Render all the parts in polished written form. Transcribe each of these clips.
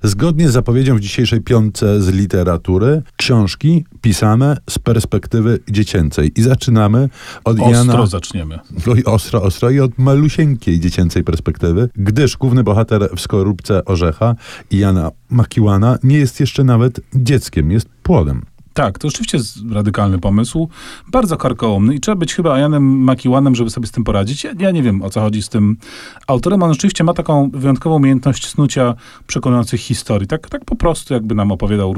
Zgodnie z zapowiedzią w dzisiejszej piątce z literatury, książki pisane z perspektywy dziecięcej. I zaczynamy od Ostro zaczniemy. Oj, ostro i od malusieńkiej dziecięcej perspektywy, gdyż główny bohater w Skorupce Orzecha, Iana McEwana, nie jest jeszcze nawet dzieckiem, jest płodem. Tak, to rzeczywiście jest radykalny pomysł, bardzo karkołomny i trzeba być chyba Ianem McEwanem, żeby sobie z tym poradzić. Ja nie wiem, o co chodzi z tym autorem. On rzeczywiście ma taką wyjątkową umiejętność snucia przekonujących historii. Tak po prostu jakby nam opowiadał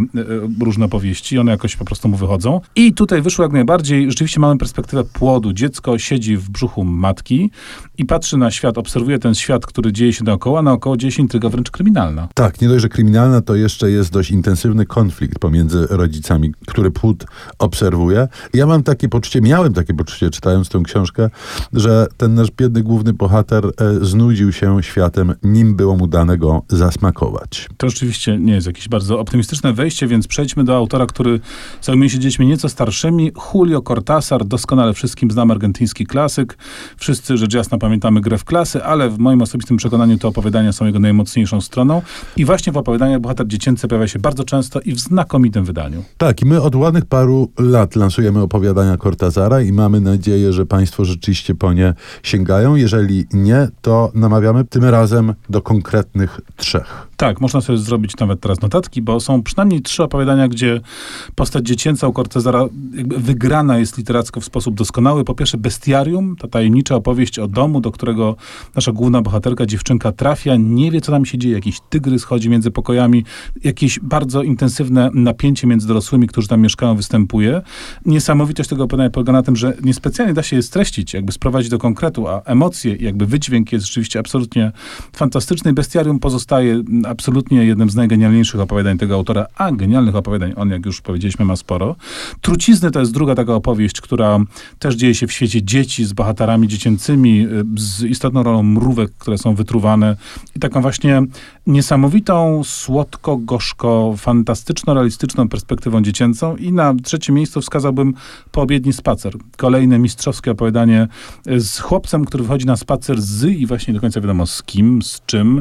różne powieści. One jakoś po prostu mu wychodzą. I tutaj wyszło jak najbardziej, rzeczywiście mamy perspektywę płodu. Dziecko siedzi w brzuchu matki i patrzy na świat, obserwuje ten świat, który dzieje się dookoła. Naokoło dzieje się intryga wręcz kryminalna. Tak, nie dość, że kryminalna, to jeszcze jest dość intensywny konflikt pomiędzy rodzicami, który płód obserwuje. Ja miałem takie poczucie, czytając tę książkę, że ten nasz biedny główny bohater znudził się światem, nim było mu dane go zasmakować. To rzeczywiście nie jest jakieś bardzo optymistyczne wejście, więc przejdźmy do autora, który zajmuje się dziećmi nieco starszymi. Julio Cortázar, doskonale wszystkim znamy, argentyński klasyk. Wszyscy, rzecz jasna, pamiętamy Grę w klasy, ale w moim osobistym przekonaniu te opowiadania są jego najmocniejszą stroną. I właśnie w opowiadaniach bohater dziecięcy pojawia się bardzo często i w znakomitym wydaniu. Tak, i my od ładnych paru lat lansujemy opowiadania Cortázara i mamy nadzieję, że państwo rzeczywiście po nie sięgają. Jeżeli nie, to namawiamy tym razem do konkretnych 3. Tak, można sobie zrobić nawet teraz notatki, bo są przynajmniej 3 opowiadania, gdzie postać dziecięca u Cortázara jakby wygrana jest literacko w sposób doskonały. Po pierwsze Bestiarium, ta tajemnicza opowieść o domu, do którego nasza główna bohaterka, dziewczynka trafia, nie wie, co tam się dzieje, jakiś tygrys chodzi między pokojami, jakieś bardzo intensywne napięcie między dorosłymi, którzy tam mieszkają, występuje. Niesamowitość tego opowiadania polega na tym, że niespecjalnie da się je streścić, jakby sprowadzić do konkretu, a emocje i jakby wydźwięk jest rzeczywiście absolutnie fantastyczny. Bestiarium pozostaje absolutnie jednym z najgenialniejszych opowiadań tego autora, a genialnych opowiadań on, jak już powiedzieliśmy, ma sporo. Trucizny to jest druga taka opowieść, która też dzieje się w świecie dzieci, z bohaterami dziecięcymi, z istotną rolą mrówek, które są wytruwane i taką właśnie niesamowitą, słodko-gorzko, fantastyczno-realistyczną perspektywą dziecięcą. I na 3. miejscu wskazałbym Poobiedni spacer. Kolejne mistrzowskie opowiadanie z chłopcem, który wychodzi na spacer i właśnie nie do końca wiadomo z kim, z czym,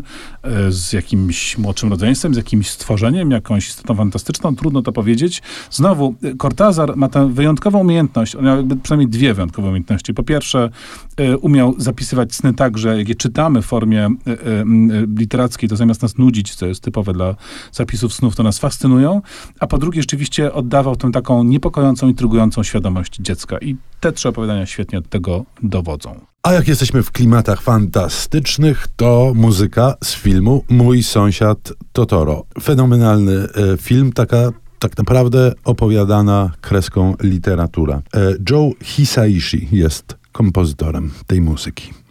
z jakimś młodszym rodzeństwem, z jakimś stworzeniem, jakąś istotą fantastyczną. Trudno to powiedzieć. Znowu, Cortázar ma tę wyjątkową umiejętność. On miał jakby przynajmniej 2 wyjątkowe umiejętności. Po pierwsze, umiał zapisywać sny tak, że jak je czytamy w formie literackiej, to zamiast nas nudzić, co jest typowe dla zapisów snów, to nas fascynują. A po drugie, rzeczywiście oddawał tę taką niepokojącą, intrygującą świadomość dziecka. I te 3 opowiadania świetnie od tego dowodzą. A jak jesteśmy w klimatach fantastycznych, to muzyka z filmu Mój sąsiad Totoro. Fenomenalny film, tak naprawdę opowiadana kreską literatura. Joe Hisaishi jest kompozytorem tej muzyki.